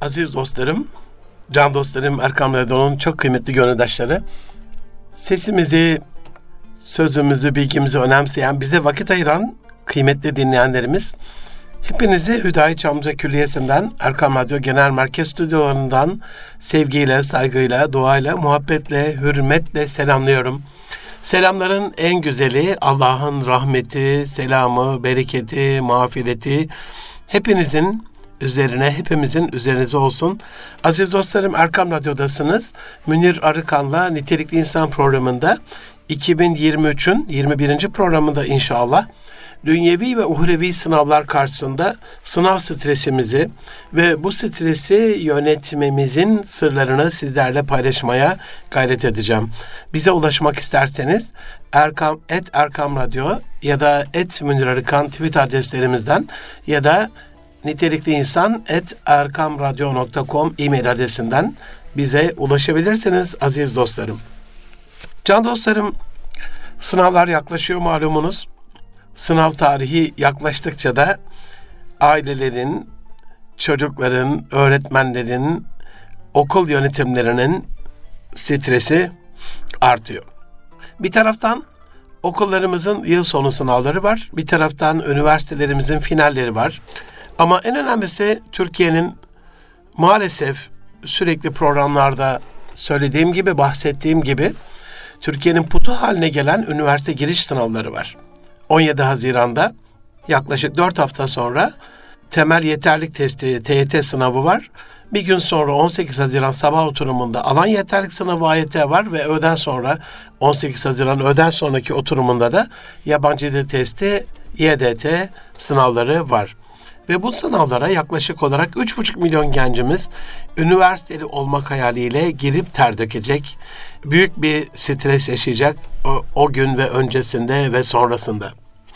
Aziz dostlarım, can dostlarım, Erkam Radyo'nun çok kıymetli gönüldaşları, sesimizi, sözümüzü, bilgimizi önemseyen, bize vakit ayıran kıymetli dinleyenlerimiz, hepinizi Hüdayi Çamlıca Külliyesi'nden, Erkam Radyo Genel Merkez Stüdyolarından sevgiyle, saygıyla, duayla, muhabbetle, hürmetle selamlıyorum. Selamların en güzeli Allah'ın rahmeti, selamı, bereketi, mağfireti hepinizin hepimizin üzerinize olsun. Aziz dostlarım, Erkam Radyo'dasınız. Münir Arıkan'la Nitelikli İnsan programında 2023'ün 21. programında inşallah dünyevi ve uhrevi sınavlar karşısında sınav stresimizi ve bu stresi yönetmemizin sırlarını sizlerle paylaşmaya gayret edeceğim. Bize ulaşmak isterseniz Erkam Radyo ya da @Münir Arıkan tweet adreslerimizden ya da nitelikliinsan@erkamradyo.com e-mail adresinden bize ulaşabilirsiniz aziz dostlarım. Can dostlarım, sınavlar yaklaşıyor malumunuz. Sınav tarihi yaklaştıkça da ailelerin, çocukların, öğretmenlerin, okul yönetimlerinin stresi artıyor. Bir taraftan okullarımızın yıl sonu sınavları var. Bir taraftan üniversitelerimizin finalleri var. Ama en önemlisi Türkiye'nin maalesef sürekli programlarda söylediğim gibi, bahsettiğim gibi Türkiye'nin putu haline gelen üniversite giriş sınavları var. 17 Haziran'da yaklaşık 4 hafta sonra temel yeterlik testi TYT sınavı var. Bir gün sonra 18 Haziran sabah oturumunda alan yeterlik sınavı AYT var ve öğleden sonra 18 Haziran öğleden sonraki oturumunda da yabancı dil testi YDT sınavları var. Ve bu sınavlara yaklaşık olarak 3,5 milyon gencimiz üniversiteli olmak hayaliyle girip ter dökecek. Büyük bir stres yaşayacak o gün ve öncesinde ve sonrasında.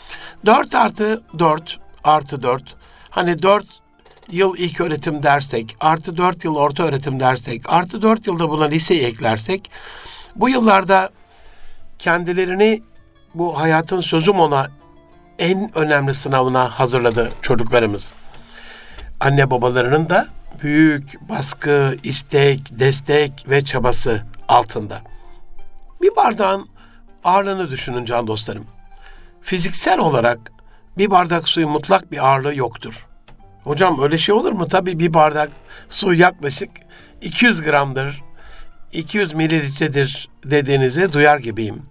4+4+4 hani 4 yıl ilköğretim dersek, artı 4 yıl orta öğretim dersek, artı 4 yılda buna liseyi eklersek, bu yıllarda kendilerini bu hayatın sözüm ona en önemli sınavına hazırladı çocuklarımız. Anne babalarının da büyük baskı, istek, destek ve çabası altında. Bir bardağın ağırlığını düşünün can dostlarım. Fiziksel olarak bir bardak suyun mutlak bir ağırlığı yoktur. Hocam öyle şey olur mu? Tabii bir bardak su yaklaşık 200 gramdır, 200 mililitredir dediğinizi duyar gibiyim.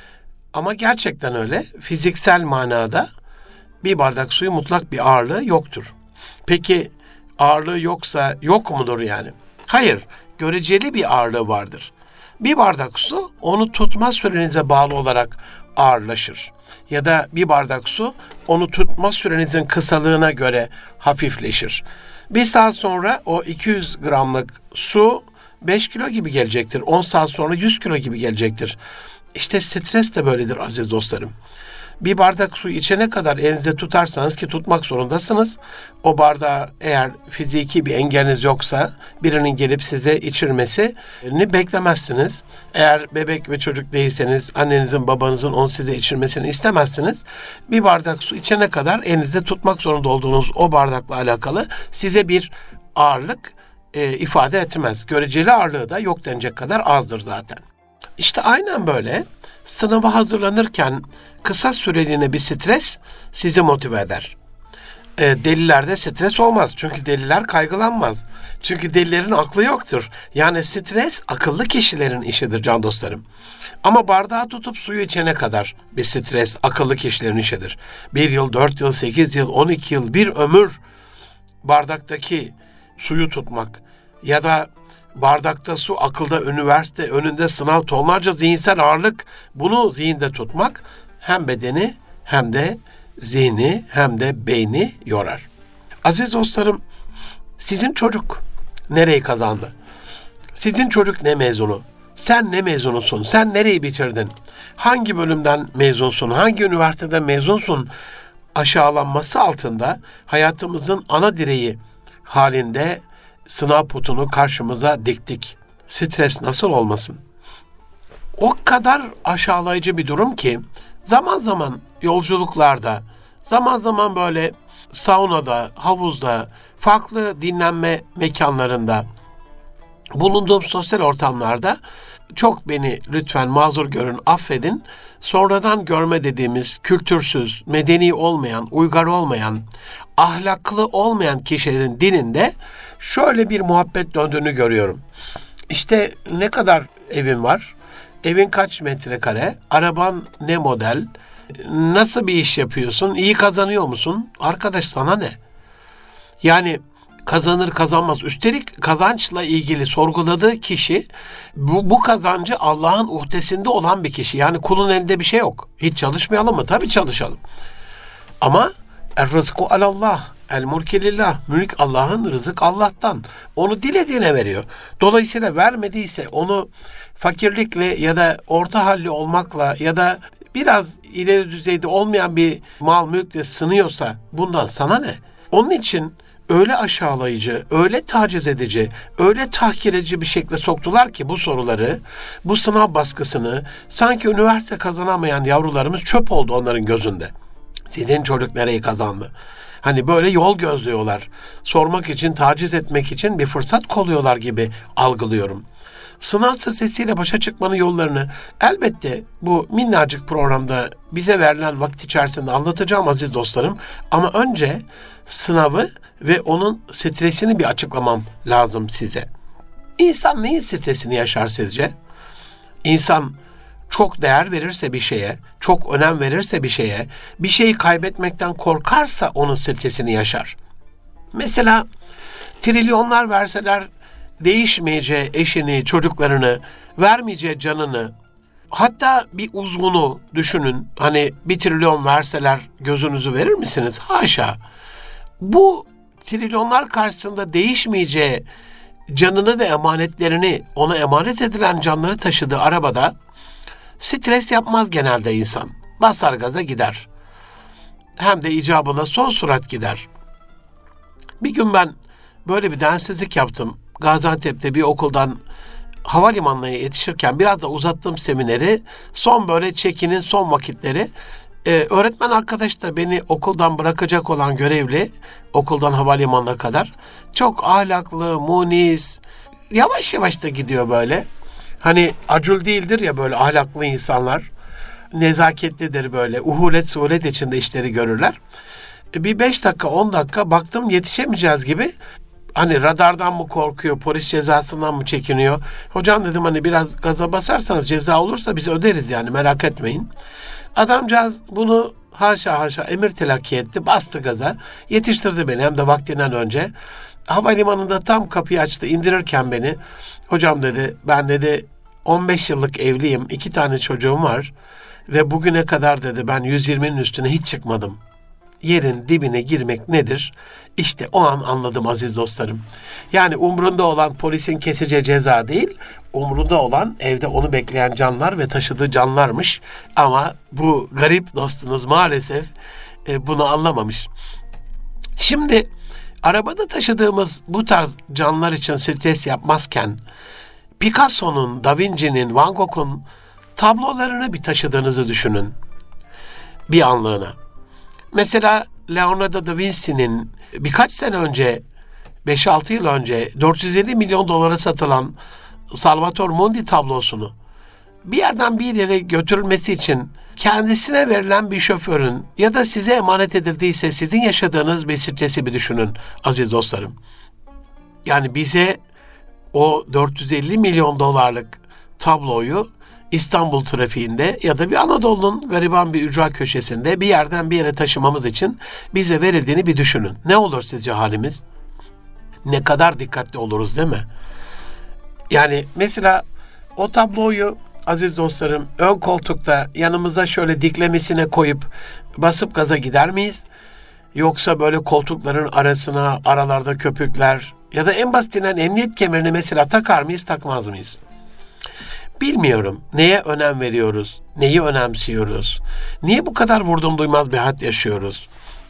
Ama gerçekten öyle. Fiziksel manada bir bardak suyu mutlak bir ağırlığı yoktur. Peki ağırlığı yoksa yok mudur yani? Hayır, göreceli bir ağırlığı vardır. Bir bardak su onu tutma sürenize bağlı olarak ağırlaşır. Ya da bir bardak su onu tutma sürenizin kısalığına göre hafifleşir. Bir saat sonra o 200 gramlık su 5 kilo gibi gelecektir. 10 saat sonra 100 kilo gibi gelecektir. İşte stres de böyledir aziz dostlarım. Bir bardak su içene kadar elinizde tutarsanız, ki tutmak zorundasınız, o bardağı eğer fiziki bir engeliniz yoksa birinin gelip size içirmesini beklemezsiniz. Eğer bebek ve çocuk değilseniz annenizin babanızın onu size içirmesini istemezsiniz. Bir bardak su içene kadar elinizde tutmak zorunda olduğunuz o bardakla alakalı size bir ağırlık ifade etmez. Göreceli ağırlığı da yok denecek kadar azdır zaten. İşte aynen böyle sınava hazırlanırken kısa süreliğine bir stres sizi motive eder. Delilerde stres olmaz. Çünkü deliler kaygılanmaz. Çünkü delilerin aklı yoktur. Yani stres akıllı kişilerin işidir can dostlarım. Ama bardağı tutup suyu içene kadar bir stres akıllı kişilerin işidir. 1 yıl, 4 yıl, 8 yıl, 12 yıl, bir ömür bardaktaki suyu tutmak ya da bardakta su, akılda üniversite, önünde sınav, tonlarca zihinsel ağırlık, bunu zihinde tutmak hem bedeni hem de zihni hem de beyni yorar. Aziz dostlarım, sizin çocuk nereyi kazandı? Sizin çocuk ne mezunu? Sen ne mezunusun? Sen nereyi bitirdin? Hangi bölümden mezunsun? Hangi üniversiteden mezunsun? Aşağılanması altında hayatımızın ana direği halinde sınav putunu karşımıza diktik. Stres nasıl olmasın? O kadar aşağılayıcı bir durum ki zaman zaman yolculuklarda, zaman zaman böyle saunada, havuzda, farklı dinlenme mekanlarında, bulunduğum sosyal ortamlarda çok beni lütfen mazur görün, affedin. Sonradan görme dediğimiz kültürsüz, medeni olmayan, uygar olmayan, ahlaklı olmayan kişilerin dininde şöyle bir muhabbet döndüğünü görüyorum. İşte ne kadar evin var? Evin kaç metrekare? Araban ne model? Nasıl bir iş yapıyorsun? İyi kazanıyor musun? Arkadaş sana ne? Yani kazanır kazanmaz. Üstelik kazançla ilgili sorguladığı kişi bu kazancı Allah'ın uhdesinde olan bir kişi. Yani kulun elinde bir şey yok. Hiç çalışmayalım mı? Tabii çalışalım. Ama er-rızku alallah, el-mulki lillah. Mülk Allah'ın, rızık Allah'tan. Onu dilediğine veriyor. Dolayısıyla vermediyse onu fakirlikle ya da orta halli olmakla ya da biraz ileri düzeyde olmayan bir mal mülkle sınıyorsa bundan sana ne? Onun için öyle aşağılayıcı, öyle taciz edici, öyle tahkir edici bir şekilde soktular ki bu soruları, bu sınav baskısını, sanki üniversite kazanamayan yavrularımız çöp oldu onların gözünde. Sizin çocuk nereyi kazandı? Hani böyle yol gözlüyorlar. Sormak için, taciz etmek için bir fırsat kolluyorlar gibi algılıyorum. Sınav stresiyle başa çıkmanın yollarını elbette bu minnacık programda bize verilen vakit içerisinde anlatacağım aziz dostlarım. Ama önce sınavı ve onun stresini bir açıklamam lazım size. İnsan neyin stresini yaşar sizce? İnsan çok değer verirse bir şeye, çok önem verirse bir şeye, bir şeyi kaybetmekten korkarsa onun stresini yaşar. Mesela trilyonlar verseler değişmeyeceği eşini, çocuklarını, vermeyeceği canını, hatta bir uzvunu düşünün. Hani 1 trilyon verseler gözünüzü verir misiniz? Haşa. Bu trilyonlar karşısında değişmeyeceği canını ve emanetlerini, ona emanet edilen canları taşıdığı arabada stres yapmaz genelde insan. Basar gaza gider. Hem de icabına son sürat gider. Bir gün ben böyle bir densizlik yaptım. Gaziantep'te bir okuldan havalimanına yetişirken biraz da uzattığım semineri, son böyle check-in'in son vakitleri, öğretmen arkadaş da beni okuldan bırakacak olan görevli, okuldan havalimanına kadar çok ahlaklı, munis, yavaş yavaş da gidiyor böyle. Hani acul değildir ya böyle ahlaklı insanlar, nezaketlidir böyle, uhulet suhulet içinde işleri görürler. Bir 5 dakika 10 dakika baktım yetişemeyeceğiz gibi. Hani radardan mı korkuyor, polis cezasından mı çekiniyor? Hocam dedim hani biraz gaza basarsanız ceza olursa biz öderiz yani merak etmeyin. Adamcağız bunu haşa emir telakki etti, bastı gaza, yetiştirdi beni hem de vaktinden önce. Havalimanında tam kapıyı açtı, indirirken beni, hocam dedi, ben dedi 15 yıllık evliyim, 2 tane çocuğum var ve bugüne kadar dedi ben 120'nin üstüne hiç çıkmadım. Yerin dibine girmek nedir? İşte o an anladım aziz dostlarım. Yani umrunda olan polisin keseceği ceza değil, umrunda olan evde onu bekleyen canlar ve taşıdığı canlarmış. Ama bu garip dostunuz maalesef bunu anlamamış. Şimdi arabada taşıdığımız bu tarz canlar için stres yapmazken, Picasso'nun, Da Vinci'nin, Van Gogh'un tablolarını bir taşıdığınızı düşünün. Bir anlığına. Mesela Leonardo da Vinci'nin birkaç sene önce, 5-6 yıl önce 450 milyon dolara satılan Salvator Mundi tablosunu bir yerden bir yere götürülmesi için kendisine verilen bir şoförün ya da size emanet edildiyse sizin yaşadığınız bir stresi bir düşünün aziz dostlarım. Yani bize o 450 milyon dolarlık tabloyu İstanbul trafiğinde ya da bir Anadolu'nun gariban bir ücra köşesinde bir yerden bir yere taşımamız için bize verildiğini bir düşünün. Ne olur sizce halimiz? Ne kadar dikkatli oluruz değil mi? Yani mesela o tabloyu aziz dostlarım ön koltukta yanımıza şöyle diklemesine koyup basıp gaza gider miyiz? Yoksa böyle koltukların arasına aralarda köpükler ya da en basitinden emniyet kemerini mesela takar mıyız takmaz mıyız? Bilmiyorum. Neye önem veriyoruz? Neyi önemsiyoruz? Niye bu kadar vurdum duymaz bir hayat yaşıyoruz?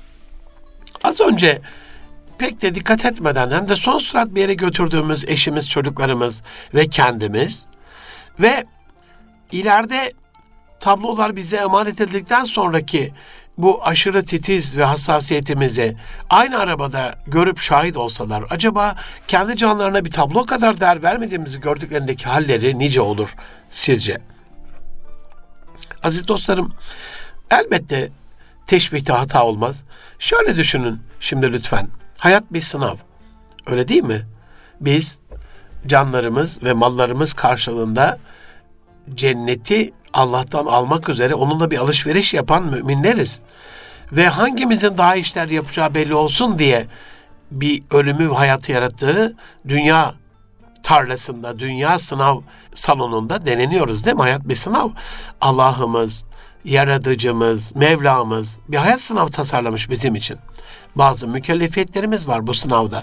Az önce pek de dikkat etmeden hem de son sürat bir yere götürdüğümüz eşimiz, çocuklarımız ve kendimiz ve ileride tablolar bize emanet edildikten sonraki bu aşırı titiz ve hassasiyetimizi aynı arabada görüp şahit olsalar, acaba kendi canlarına bir tablo kadar değer vermediğimizi gördüklerindeki halleri nice olur sizce? Aziz dostlarım, elbette teşbihte hata olmaz. Şöyle düşünün şimdi lütfen. Hayat bir sınav. Öyle değil mi? Biz canlarımız ve mallarımız karşılığında cenneti Allah'tan almak üzere onunla bir alışveriş yapan müminleriz. Ve hangimizin daha işler yapacağı belli olsun diye bir ölümü ve hayatı yarattığı dünya tarlasında, dünya sınav salonunda deneniyoruz değil mi? Hayat bir sınav. Allah'ımız, Yaratıcımız, Mevlamız bir hayat sınavı tasarlamış bizim için. Bazı mükellefiyetlerimiz var bu sınavda.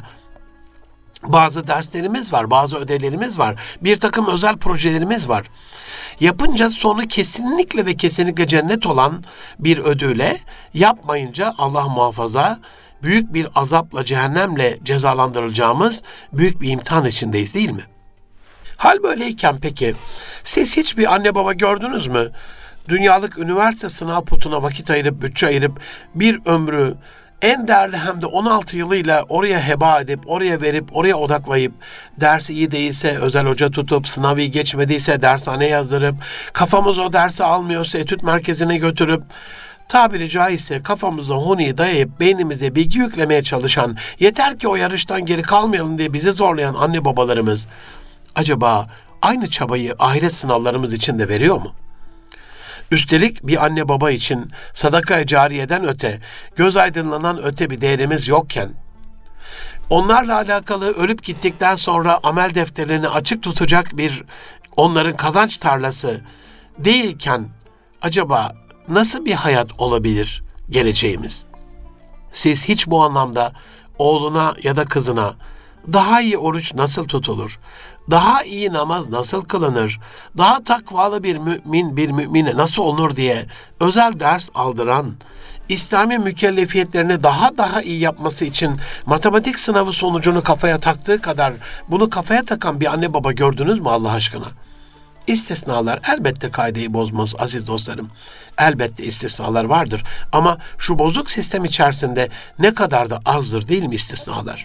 Bazı derslerimiz var, bazı ödevlerimiz var. Bir takım özel projelerimiz var. Yapınca sonu kesinlikle ve kesinlikle cennet olan bir ödüle, yapmayınca Allah muhafaza büyük bir azapla, cehennemle cezalandırılacağımız büyük bir imtihan içindeyiz değil mi? Hal böyleyken peki siz hiçbir anne baba gördünüz mü? Dünyalık üniversite sınav potuna vakit ayırıp, bütçe ayırıp bir ömrü en değerli hem de 16 yılıyla oraya heba edip, oraya verip, oraya odaklayıp, dersi iyi değilse özel hoca tutup, sınavı iyi geçmediyse dershane yazdırıp, kafamız o dersi almıyorsa etüt merkezine götürüp, tabiri caizse kafamıza huniyi dayayıp beynimize bilgi yüklemeye çalışan, yeter ki o yarıştan geri kalmayalım diye bizi zorlayan anne babalarımız, acaba aynı çabayı ahiret sınavlarımız için de veriyor mu? Üstelik bir anne baba için sadaka-i cariyeden öte, göz aydınlanan öte bir değerimiz yokken, onlarla alakalı ölüp gittikten sonra amel defterlerini açık tutacak bir onların kazanç tarlası değilken, acaba nasıl bir hayat olabilir geleceğimiz? Siz hiç bu anlamda oğluna ya da kızına daha iyi oruç nasıl tutulur, daha iyi namaz nasıl kılınır, daha takvalı bir mümin bir mümine nasıl olunur diye özel ders aldıran, İslami mükellefiyetlerini daha iyi yapması için matematik sınavı sonucunu kafaya taktığı kadar bunu kafaya takan bir anne baba gördünüz mü Allah aşkına? İstisnalar elbette kaideyi bozmaz aziz dostlarım. Elbette istisnalar vardır ama şu bozuk sistem içerisinde ne kadar da azdır değil mi istisnalar?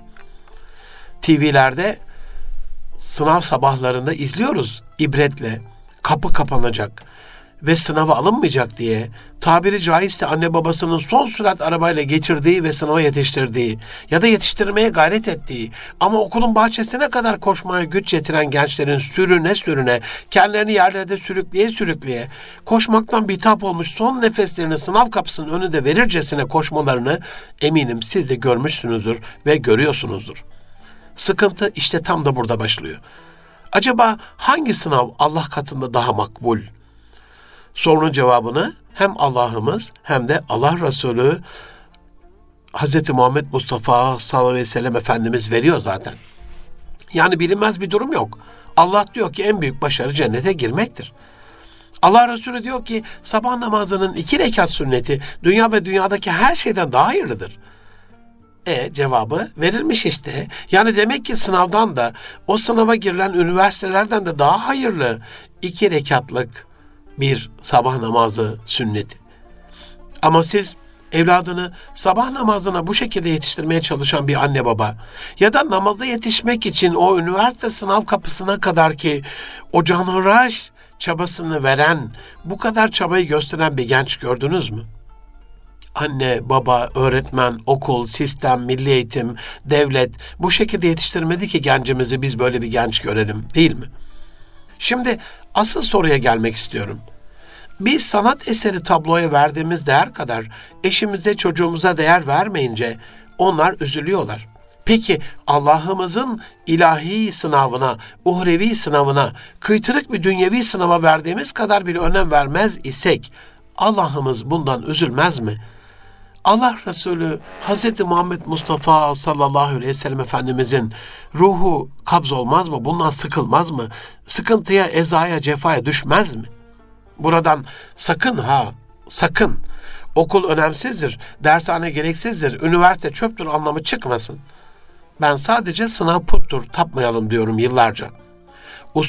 TV'lerde sınav sabahlarında izliyoruz ibretle, kapı kapanacak ve sınava alınmayacak diye tabiri caizse anne babasının son sürat arabayla getirdiği ve sınava yetiştirdiği ya da yetiştirmeye gayret ettiği ama okulun bahçesine kadar koşmaya güç yetiren gençlerin sürüne kendilerini yerlerde sürükleye koşmaktan bitap olmuş son nefeslerini sınav kapısının önünde verircesine koşmalarını eminim siz de görmüşsünüzdür ve görüyorsunuzdur. Sıkıntı işte tam da burada başlıyor. Acaba hangi sınav Allah katında daha makbul? Sorunun cevabını hem Allah'ımız hem de Allah Resulü Hz. Muhammed Mustafa sallallahu aleyhi ve sellem Efendimiz veriyor zaten. Yani bilinmez bir durum yok. Allah diyor ki en büyük başarı cennete girmektir. Allah Resulü diyor ki sabah namazının 2 rekat sünneti dünya ve dünyadaki her şeyden daha hayırlıdır. Cevabı verilmiş işte. Yani demek ki sınavdan da o sınava girilen üniversitelerden de daha hayırlı 2 rekatlık bir sabah namazı sünneti. Ama siz evladını sabah namazına bu şekilde yetiştirmeye çalışan bir anne baba ya da namaza yetişmek için o üniversite sınav kapısına kadar ki o canhıraş çabasını veren, bu kadar çabayı gösteren bir genç gördünüz mü? Anne, baba, öğretmen, okul, sistem, milli eğitim, devlet bu şekilde yetiştirmedi ki gencimizi biz böyle bir genç görelim, değil mi? Şimdi asıl soruya gelmek istiyorum. Biz sanat eseri tabloya verdiğimiz değer kadar eşimize, çocuğumuza değer vermeyince onlar üzülüyorlar. Peki Allah'ımızın ilahi sınavına, uhrevi sınavına, kıytırık bir dünyevi sınava verdiğimiz kadar bir önem vermez isek Allah'ımız bundan üzülmez mi? Allah Resulü Hz. Muhammed Mustafa sallallahu aleyhi ve sellem Efendimizin ruhu kabz olmaz mı? Bundan sıkılmaz mı? Sıkıntıya, ezaya, cefaya düşmez mi? Buradan sakın okul önemsizdir, dershane gereksizdir, üniversite çöptür anlamı çıkmasın. Ben sadece sınav puttur, tapmayalım diyorum yıllarca.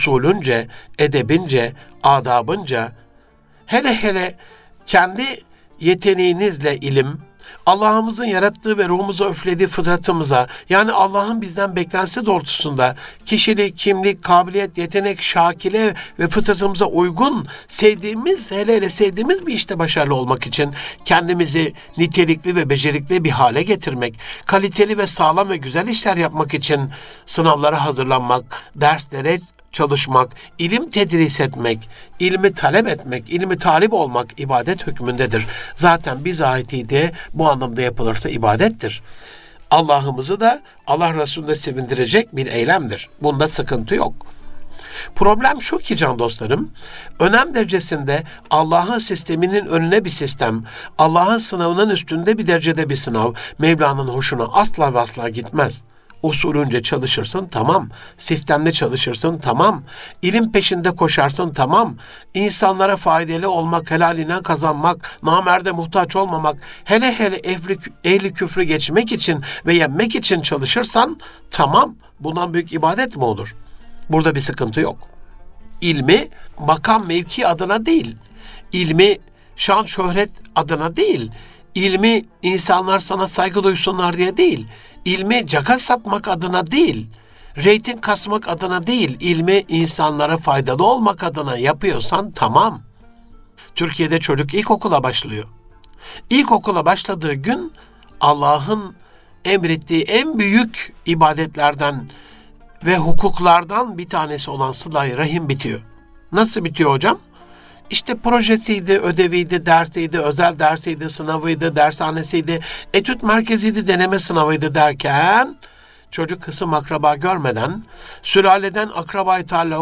Usulünce, edebince, adabınca, hele kendi yeteneğinizle ilim, Allah'ımızın yarattığı ve ruhumuza üflediği fıtratımıza, yani Allah'ın bizden beklentisi doğrultusunda kişilik, kimlik, kabiliyet, yetenek, şakile ve fıtratımıza uygun sevdiğimiz, hele hele sevdiğimiz bir işte başarılı olmak için kendimizi nitelikli ve becerikli bir hale getirmek, kaliteli ve sağlam ve güzel işler yapmak için sınavlara hazırlanmak, derslere çalışmak, ilim tedris etmek, ilmi talep etmek, ilmi talip olmak ibadet hükmündedir. Zaten bizatihi de bu anlamda yapılırsa ibadettir. Allah'ımızı da Allah Resulü'nde sevindirecek bir eylemdir. Bunda sıkıntı yok. Problem şu ki can dostlarım, önem derecesinde Allah'ın sisteminin önüne bir sistem, Allah'ın sınavının üstünde bir derecede bir sınav, Mevla'nın hoşuna asla ve asla gitmez. Usulünce çalışırsın, tamam. Sistemle çalışırsın, tamam. İlim peşinde koşarsın, tamam. İnsanlara faydalı olmak, helalinden kazanmak, namerde muhtaç olmamak, hele hele ehli küfrü geçmek için ve yenmek için çalışırsan, tamam. Bundan büyük ibadet mi olur? Burada bir sıkıntı yok. İlmi makam mevki adına değil, ilmi şan şöhret adına değil, ilmi insanlar sana saygı duysunlar diye değil, İlmi caka satmak adına değil, reyting kasmak adına değil, ilmi insanlara faydalı olmak adına yapıyorsan tamam. Türkiye'de çocuk ilkokula başlıyor. İlkokula başladığı gün Allah'ın emrettiği en büyük ibadetlerden ve hukuklardan bir tanesi olan sıla-i rahim bitiyor. Nasıl bitiyor hocam? İşte projesiydi, ödeviydi, dersiydi, özel dersiydi, sınavıydı, dershanesiydi, etüt merkeziydi, deneme sınavıydı derken çocuk kısım akraba görmeden, sülaleden akrabayı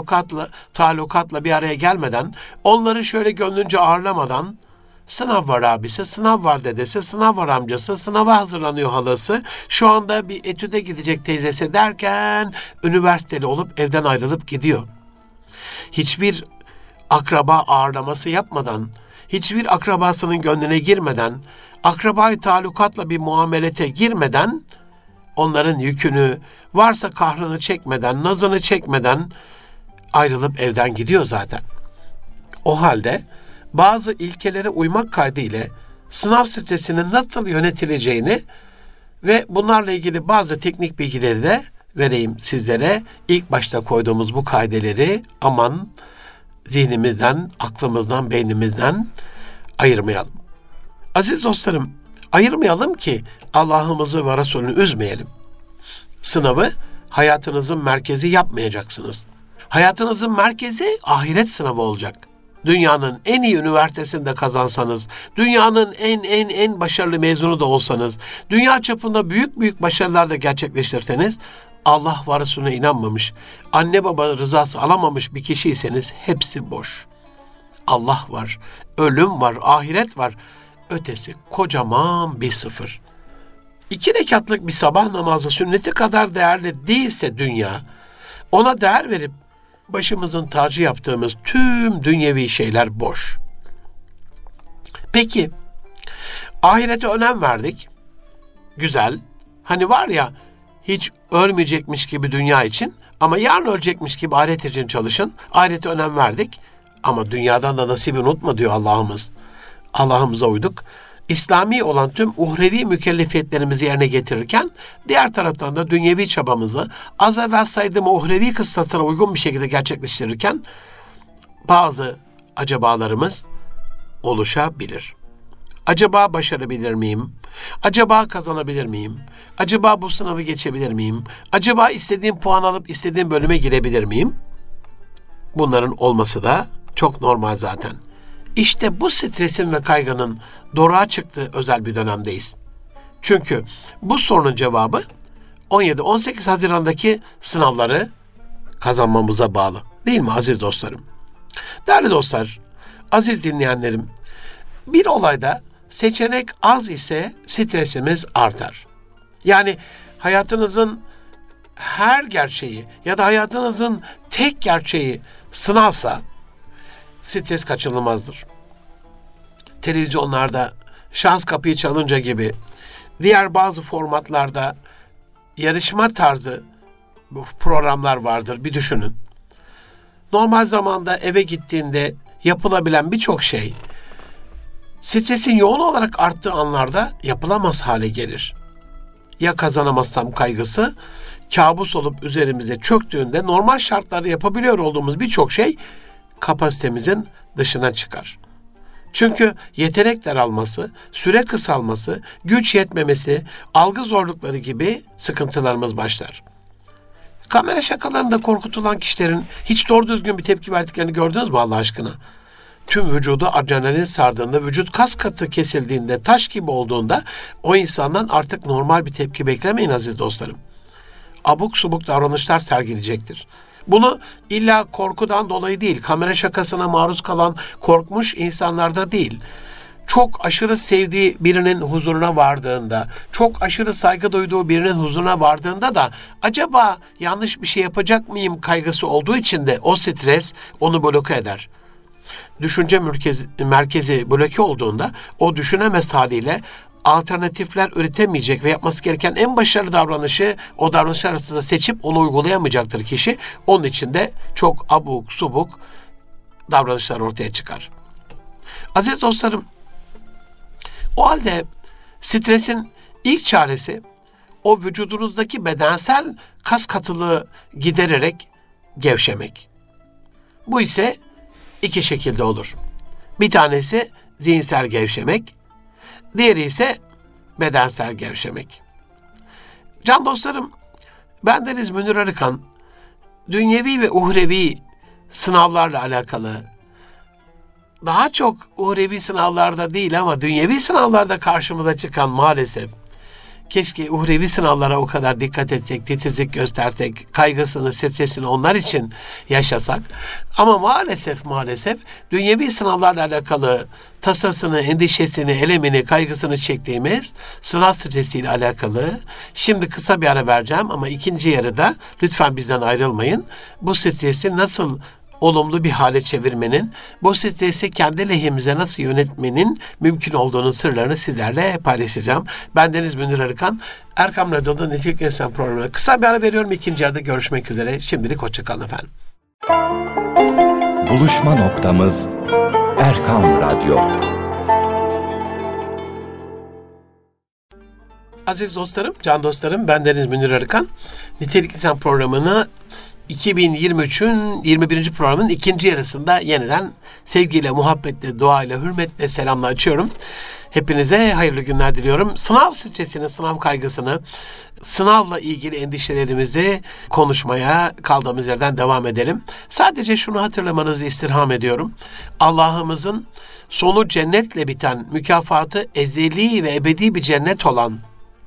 talukatla bir araya gelmeden, onları şöyle gönlünce ağırlamadan, sınav var abisi, sınav var dedesi, sınav var amcası, sınava hazırlanıyor halası, şu anda bir etüde gidecek teyzesi derken üniversiteli olup evden ayrılıp gidiyor. Hiçbir akraba ağırlaması yapmadan, hiçbir akrabasının gönlüne girmeden, akrabayı talukatla bir muamelete girmeden, onların yükünü, varsa kahrını çekmeden, nazını çekmeden ayrılıp evden gidiyor zaten. O halde bazı ilkelere uymak kaydıyla sınav stresinin nasıl yönetileceğini ve bunlarla ilgili bazı teknik bilgileri de vereyim sizlere. İlk başta koyduğumuz bu kaideleri aman zihnimizden, aklımızdan, beynimizden ayırmayalım. Aziz dostlarım, ayırmayalım ki Allah'ımızı ve Resulünü üzmeyelim. Sınavı hayatınızın merkezi yapmayacaksınız. Hayatınızın merkezi ahiret sınavı olacak. Dünyanın en iyi üniversitesinde kazansanız, dünyanın en başarılı mezunu da olsanız, dünya çapında büyük başarılar da gerçekleştirseniz, Allah ve Resulüne inanmamış, anne baba rızası alamamış bir kişiyseniz hepsi boş. Allah var, ölüm var, ahiret var. Ötesi kocaman bir sıfır. 2 rekatlık bir sabah namazı sünneti kadar değerli değilse dünya, ona değer verip başımızın tacı yaptığımız tüm dünyevi şeyler boş. Peki, ahirete önem verdik. Güzel. Hani var ya, hiç ölmeyecekmiş gibi dünya için ama yarın ölecekmiş gibi ahiret için çalışın. Ahirete önem verdik ama dünyadan da nasibi unutma diyor Allah'ımız. Allah'ımıza uyduk. İslami olan tüm uhrevi mükellefiyetlerimizi yerine getirirken diğer taraftan da dünyevi çabamızı az evvel saydığım uhrevi kıstaslara uygun bir şekilde gerçekleştirirken bazı acabalarımız oluşabilir. Acaba başarabilir miyim? Acaba kazanabilir miyim? Acaba bu sınavı geçebilir miyim? Acaba istediğim puan alıp istediğim bölüme girebilir miyim? Bunların olması da çok normal zaten. İşte bu stresin ve kaygının doruğa çıktığı özel bir dönemdeyiz. Çünkü bu sorunun cevabı 17-18 Haziran'daki sınavları kazanmamıza bağlı. Değil mi aziz dostlarım? Değerli dostlar, aziz dinleyenlerim, bir olayda seçenek az ise stresimiz artar. Yani hayatınızın her gerçeği ya da hayatınızın tek gerçeği sınavsa stres kaçınılmazdır. Televizyonlarda şans kapıyı çalınca gibi diğer bazı formatlarda yarışma tarzı programlar vardır. Bir düşünün. Normal zamanda eve gittiğinde yapılabilen birçok şey Stresin yoğun olarak arttığı anlarda yapılamaz hale gelir. Ya kazanamazsam kaygısı, kabus olup üzerimize çöktüğünde normal şartlarda yapabiliyor olduğumuz birçok şey kapasitemizin dışına çıkar. Çünkü yetenek daralması, süre kısalması, güç yetmemesi, algı zorlukları gibi sıkıntılarımız başlar. Kamera şakalarında korkutulan kişilerin hiç doğru düzgün bir tepki verdiklerini gördünüz mü Allah aşkına? Tüm vücudu adrenalin sardığında, vücut kas katı kesildiğinde, taş gibi olduğunda o insandan artık normal bir tepki beklemeyin aziz dostlarım. Abuk subuk davranışlar sergileyecektir. Bunu illa korkudan dolayı değil, kamera şakasına maruz kalan korkmuş insanlarda değil, çok aşırı sevdiği birinin huzuruna vardığında, çok aşırı saygı duyduğu birinin huzuruna vardığında da acaba yanlış bir şey yapacak mıyım kaygısı olduğu için de o stres onu bloke eder. Düşünce merkezi bloke olduğunda o düşünemez haliyle alternatifler üretemeyecek ve yapması gereken en başarılı davranışı o davranışlar arasında seçip onu uygulayamayacaktır kişi. Onun için de çok abuk subuk davranışlar ortaya çıkar. Aziz dostlarım, o halde stresin ilk çaresi o vücudunuzdaki bedensel kas katılığı gidererek gevşemek. Bu ise iki şekilde olur. Bir tanesi zihinsel gevşemek, diğeri ise bedensel gevşemek. Can dostlarım, bendeniz Münir Arıkan, dünyevi ve uhrevi sınavlarla alakalı, daha çok uhrevi sınavlarda değil ama dünyevi sınavlarda karşımıza çıkan maalesef, keşke uhrevi sınavlara o kadar dikkat etsek, titizlik göstersek, kaygısını, stresini onlar için yaşasak. Ama maalesef dünyevi sınavlarla alakalı tasasını, endişesini, elemini, kaygısını çektiğimiz sınav stresiyle alakalı. Şimdi kısa bir ara vereceğim ama ikinci yarıda lütfen bizden ayrılmayın. Bu stresi nasıl olumlu bir hale çevirmenin, bu stresi kendi lehimize nasıl yönetmenin mümkün olduğunun sırlarını sizlerle paylaşacağım. Bendeniz Münir Arıkan, Erkam Radyo'da Nitelik İnsan programına kısa bir ara veriyorum. İkinci yarıda görüşmek üzere. Şimdilik hoşçakalın efendim. Buluşma noktamız Erkam Radyo. Aziz dostlarım, can dostlarım, bendeniz Münir Arıkan. Nitelik İnsan programını 2023'ün 21. programının ikinci yarısında yeniden sevgiyle, muhabbetle, duayla, hürmetle, selamla açıyorum. Hepinize hayırlı günler diliyorum. Sınav stresini, sınav kaygısını, sınavla ilgili endişelerimizi konuşmaya kaldığımız yerden devam edelim. Sadece şunu hatırlamanızı istirham ediyorum. Allah'ımızın sonu cennetle biten, mükafatı ezeli ve ebedi bir cennet olan,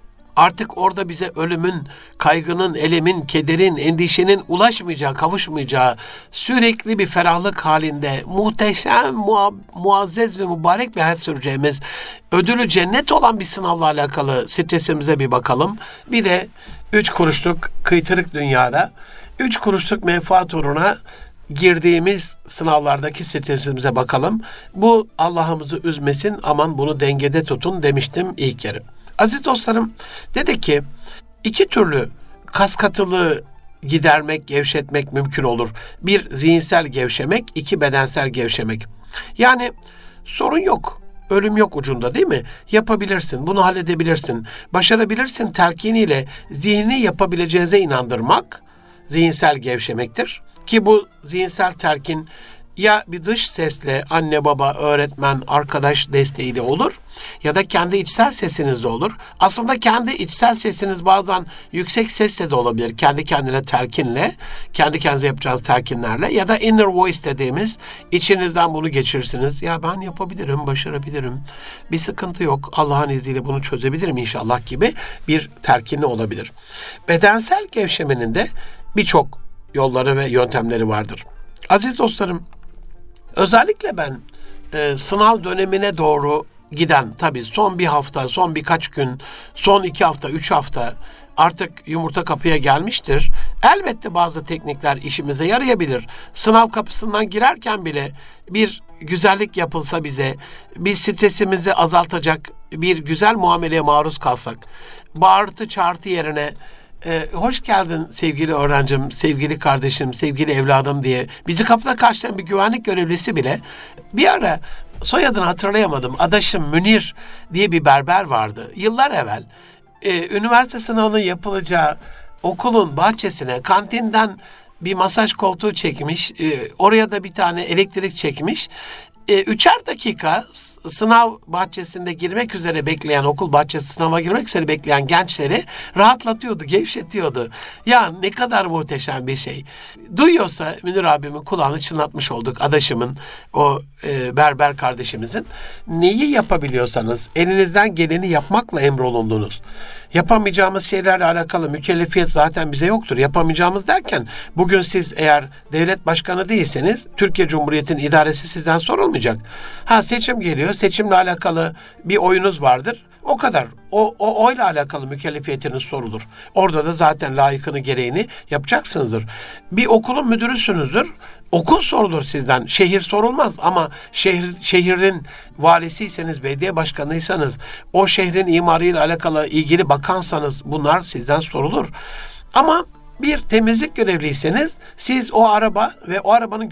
artık orada bize ölümün, kaygının, elemin, kederin, endişenin ulaşmayacağı, kavuşmayacağı sürekli bir ferahlık halinde muhteşem, muazzez ve mübarek bir hayat süreceğimiz, ödülü cennet olan bir sınavla alakalı stresimize bir bakalım. Bir de 3 kuruşluk kıytırık dünyada 3 kuruşluk menfaat uğruna girdiğimiz sınavlardaki stresimize bakalım. Bu Allah'ımızı üzmesin, aman bunu dengede tutun demiştim ilk yarı. Aziz dostlarım, dedi ki 2 türlü kas katılığı gidermek, gevşetmek mümkün olur. 1 zihinsel gevşemek, 2 bedensel gevşemek. Yani sorun yok, ölüm yok ucunda değil mi? Yapabilirsin, bunu halledebilirsin, başarabilirsin telkiniyle zihni yapabileceğinize inandırmak zihinsel gevşemektir. Ki bu zihinsel telkin ya bir dış sesle, anne, baba, öğretmen, arkadaş desteğiyle olur ya da kendi içsel sesinizle olur. Aslında kendi içsel sesiniz bazen yüksek sesle de olabilir. Kendi kendine telkinle, kendi kendinize yapacağınız telkinlerle ya da inner voice dediğimiz içinizden bunu geçirirsiniz. Ya ben yapabilirim, başarabilirim, bir sıkıntı yok, Allah'ın izniyle bunu çözebilirim inşallah gibi bir telkinle olabilir. Bedensel gevşemenin de birçok yolları ve yöntemleri vardır. Aziz dostlarım, özellikle ben sınav dönemine doğru giden, tabii son bir hafta, son birkaç gün, son 2 hafta, 3 hafta artık yumurta kapıya gelmiştir. Elbette bazı teknikler işimize yarayabilir. Sınav kapısından girerken bile bir güzellik yapılsa bize, bir stresimizi azaltacak bir güzel muameleye maruz kalsak, bağırtı çağırtı yerine hoş geldin sevgili öğrencim, sevgili kardeşim, sevgili evladım diye bizi kapıda karşılayan bir güvenlik görevlisi bile bir ara soyadını hatırlayamadım. Adaşım Münir diye bir berber vardı. Yıllar evvel üniversite sınavının yapılacağı okulun bahçesine kantinden bir masaj koltuğu çekmiş. Oraya da bir tane elektrik çekmiş. 3'er dakika sınav bahçesinde girmek üzere bekleyen, okul bahçesi sınava girmek üzere bekleyen gençleri rahatlatıyordu, gevşetiyordu. Ya ne kadar muhteşem bir şey. Duyuyorsa Münir abimin kulağını çınlatmış olduk, adaşımın, o berber kardeşimizin. Neyi yapabiliyorsanız elinizden geleni yapmakla emrolundunuz. Yapamayacağımız şeylerle alakalı mükellefiyet zaten bize yoktur. Yapamayacağımız derken bugün siz eğer devlet başkanı değilseniz Türkiye Cumhuriyeti'nin idaresi sizden sorulmayacak. Seçim geliyor. Seçimle alakalı bir oyunuz vardır. O kadar. O oyla alakalı mükellefiyetiniz sorulur. Orada da zaten layıkını gereğini yapacaksınızdır. Bir okulun müdürüsünüzdür. Okul sorulur sizden. Şehir sorulmaz ama şehrin valisiyseniz, belediye başkanıysanız, o şehrin imarıyla alakalı ilgili bakansanız bunlar sizden sorulur. Ama bir temizlik görevliyseniz siz o araba ve o arabanın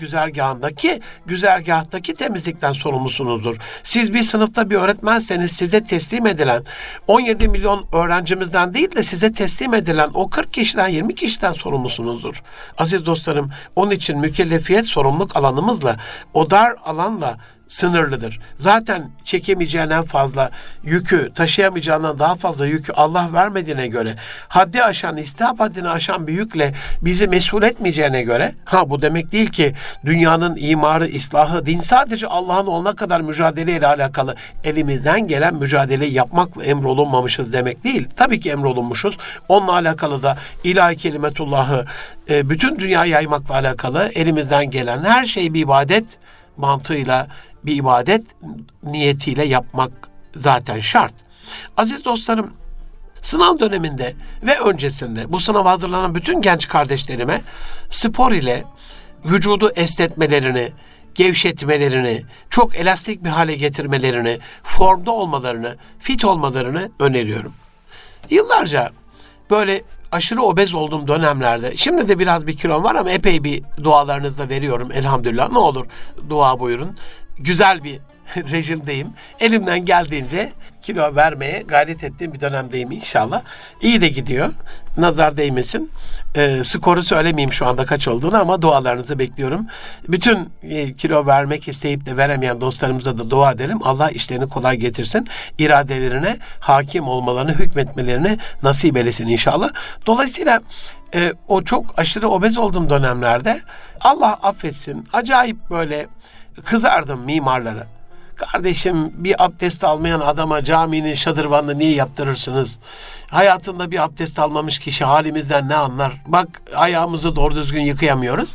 güzergahtaki temizlikten sorumlusunuzdur. Siz bir sınıfta bir öğretmenseniz size teslim edilen 17 milyon öğrencimizden değil de size teslim edilen o 40 kişiden 20 kişiden sorumlusunuzdur. Aziz dostlarım, onun için mükellefiyet sorumluluk alanımızla, o dar alanla sınırlıdır. Zaten çekemeyeceğinden fazla yükü, taşıyamayacağından daha fazla yükü Allah vermediğine göre, haddi aşan, istihap haddini aşan bir yükle bizi mesul etmeyeceğine göre, bu demek değil ki dünyanın imarı, islahı, din sadece Allah'ın olana kadar mücadeleyle alakalı, elimizden gelen mücadeleyi yapmakla emrolunmamışız demek değil. Tabii ki emrolunmuşuz. Onunla alakalı da ilahi kelimetullahı bütün dünyaya yaymakla alakalı elimizden gelen her şey bir ibadet mantığıyla, bir ibadet niyetiyle yapmak zaten şart. Aziz dostlarım, sınav döneminde ve öncesinde bu sınava hazırlanan bütün genç kardeşlerime spor ile vücudu esnetmelerini, gevşetmelerini, çok elastik bir hale getirmelerini, formda olmalarını, fit olmalarını öneriyorum. Yıllarca böyle aşırı obez olduğum dönemlerde, şimdi de biraz bir kilom var ama epey bir dualarınızla veriyorum elhamdülillah. Ne olur dua buyurun. Güzel bir rejimdeyim. Elimden geldiğince kilo vermeye gayret ettiğim bir dönemdeyim inşallah. İyi de gidiyor. Nazar değmesin. Skoru söylemeyeyim şu anda kaç olduğunu ama dualarınızı bekliyorum. Bütün kilo vermek isteyip de veremeyen dostlarımıza da dua edelim. Allah işlerini kolay getirsin. İradelerine hakim olmalarını, hükmetmelerini nasip eylesin inşallah. Dolayısıyla o çok aşırı obez olduğum dönemlerde Allah affetsin, acayip böyle kızardım mimarlara. Kardeşim, bir abdest almayan adama caminin şadırvanını niye yaptırırsınız? Hayatında bir abdest almamış kişi halimizden ne anlar? Bak, ayağımızı doğru düzgün yıkayamıyoruz.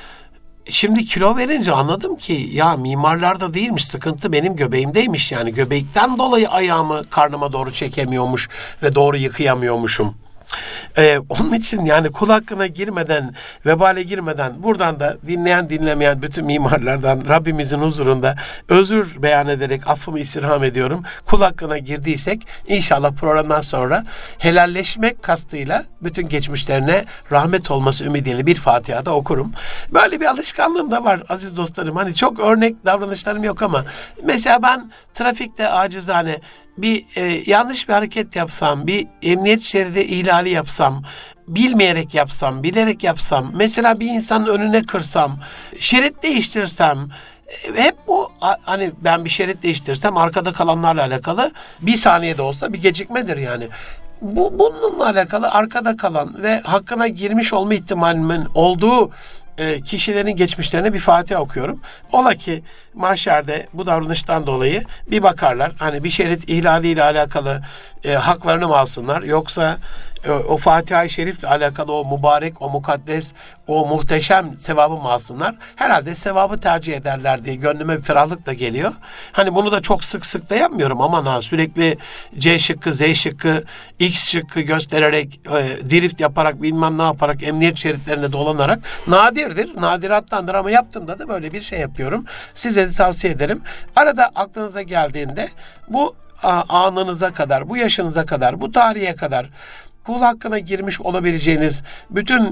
Şimdi kilo verince anladım ki ya mimarlarda değilmiş, sıkıntı benim göbeğimdeymiş. Yani göbekten dolayı ayağımı karnıma doğru çekemiyormuş ve doğru yıkayamıyormuşum. Onun için yani kul hakkına girmeden, vebale girmeden buradan da dinlemeyen bütün mimarlardan Rabbimizin huzurunda özür beyan ederek affımı istirham ediyorum. Kul hakkına girdiysek inşallah programdan sonra helalleşmek kastıyla bütün geçmişlerine rahmet olması ümidiyle bir Fatiha da okurum. Böyle bir alışkanlığım da var aziz dostlarım. Hani çok örnek davranışlarım yok ama mesela ben trafikte acizane bir yanlış bir hareket yapsam, bir emniyet şeridi ihlali yapsam, bilmeyerek yapsam, bilerek yapsam, mesela bir insanın önüne kırsam, şerit değiştirsem, hep bu, hani ben bir şerit değiştirsem arkada kalanlarla alakalı bir saniyede olsa bir gecikmedir yani. Bununla alakalı arkada kalan ve hakkına girmiş olma ihtimalimin olduğu kişilerin geçmişlerine bir Fatiha okuyorum. Ola ki mahşerde bu davranıştan dolayı bir bakarlar. Hani bir şerit ihlaliyle alakalı haklarını mı alsınlar? Yoksa o Fatiha-i Şerif'le alakalı o mübarek, o mukaddes, o muhteşem sevabı mı alsınlar? Herhalde sevabı tercih ederler diye gönlüme bir ferahlık da geliyor. Hani bunu da çok sık da yapmıyorum. Aman ha, sürekli C şıkkı, Z şıkkı, X şıkkı göstererek, drift yaparak, bilmem ne yaparak, emniyet şeritlerinde dolanarak nadirdir. Nadirattandır ama yaptığımda da böyle bir şey yapıyorum. Size de tavsiye ederim. Arada aklınıza geldiğinde bu anınıza kadar, bu yaşınıza kadar, bu tarihe kadar kul hakkına girmiş olabileceğiniz bütün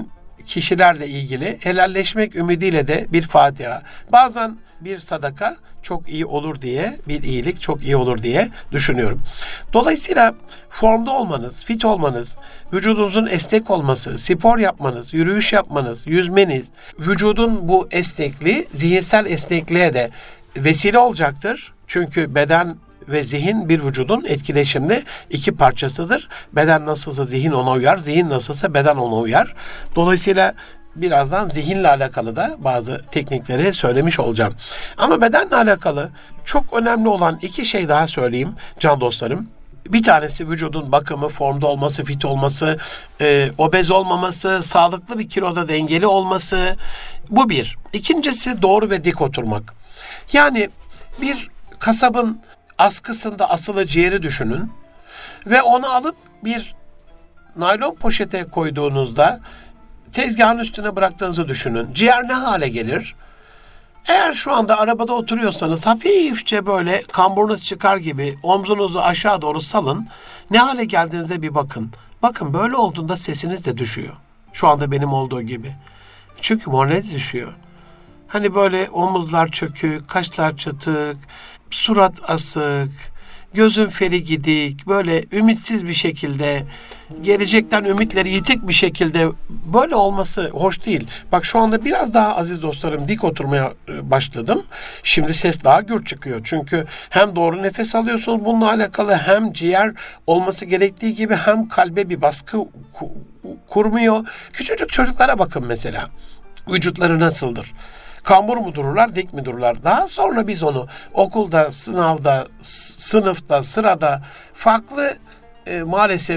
kişilerle ilgili helalleşmek ümidiyle de bir Fatiha. Bazen bir sadaka çok iyi olur diye, bir iyilik çok iyi olur diye düşünüyorum. Dolayısıyla formda olmanız, fit olmanız, vücudunuzun esnek olması, spor yapmanız, yürüyüş yapmanız, yüzmeniz, vücudun bu esnekliği zihinsel esnekliğe de vesile olacaktır. Çünkü beden ve zihin bir vücudun etkileşimli iki parçasıdır. Beden nasılsa zihin ona uyar, zihin nasılsa beden ona uyar. Dolayısıyla birazdan zihinle alakalı da bazı teknikleri söylemiş olacağım. Ama bedenle alakalı çok önemli olan iki şey daha söyleyeyim can dostlarım. Bir tanesi vücudun bakımı, formda olması, fit olması, obez olmaması, sağlıklı bir kiloda dengeli olması. Bu bir. İkincisi doğru ve dik oturmak. Yani bir kasabın askısında asılı ciğeri düşünün ve onu alıp bir naylon poşete koyduğunuzda tezgahın üstüne bıraktığınızı düşünün. Ciğer ne hale gelir? Eğer şu anda arabada oturuyorsanız hafifçe böyle kamburunuz çıkar gibi omzunuzu aşağı doğru salın. Ne hale geldiğinize bir bakın. Bakın böyle olduğunda sesiniz de düşüyor. Şu anda benim olduğu gibi. Çünkü moraliniz düşüyor. Hani böyle omuzlar çökük, kaşlar çatık, surat asık, gözün feri gidik, böyle ümitsiz bir şekilde, gelecekten ümitleri yitik bir şekilde böyle olması hoş değil. Bak şu anda biraz daha aziz dostlarım dik oturmaya başladım. Şimdi ses daha gür çıkıyor. Çünkü hem doğru nefes alıyorsunuz bununla alakalı, hem ciğer olması gerektiği gibi hem kalbe bir baskı kurmuyor. Küçücük çocuklara bakın mesela. Vücutları nasıldır? Kambur mu dururlar, dik mi dururlar? Daha sonra biz onu okulda, sınavda, sınıfta, sırada farklı maalesef